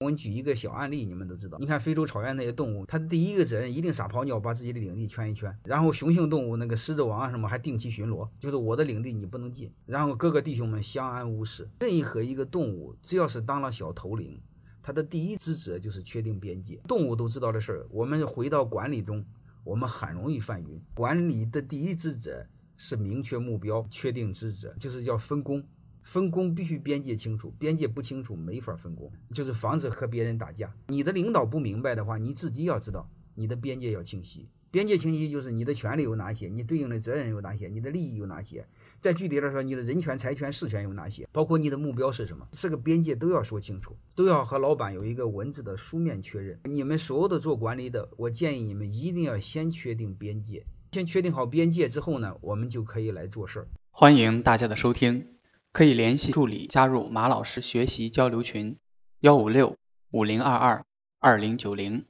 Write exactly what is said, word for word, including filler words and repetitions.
们举一个小案例，你们都知道，你看非洲草原那些动物，它的第一个责任一定撒泡尿，把自己的领地圈一圈，然后雄性动物那个狮子王啊什么还定期巡逻，就是我的领地你不能进，然后各个弟兄们相安无事。任何一个动物只要是当了小头领，它的第一职责就是确定边界。动物都知道的事儿，我们回到管理中，我们很容易犯晕。管理的第一职责是明确目标，确定职责，就是叫分工。分工必须边界清楚，边界不清楚没法分工，就是防止和别人打架。你的领导不明白的话，你自己要知道你的边界要清晰。边界清晰就是你的权利有哪些，你对应的责任有哪些，你的利益有哪些，再具体的说，你的人权、财权、事权有哪些，包括你的目标是什么，这个边界都要说清楚，都要和老板有一个文字的书面确认。你们所有的做管理的，我建议你们一定要先确定边界，先确定好边界之后呢，我们就可以来做事儿。 欢迎大家的收听，可以联系助理加入马老师学习交流群幺五六五零二二二零九零。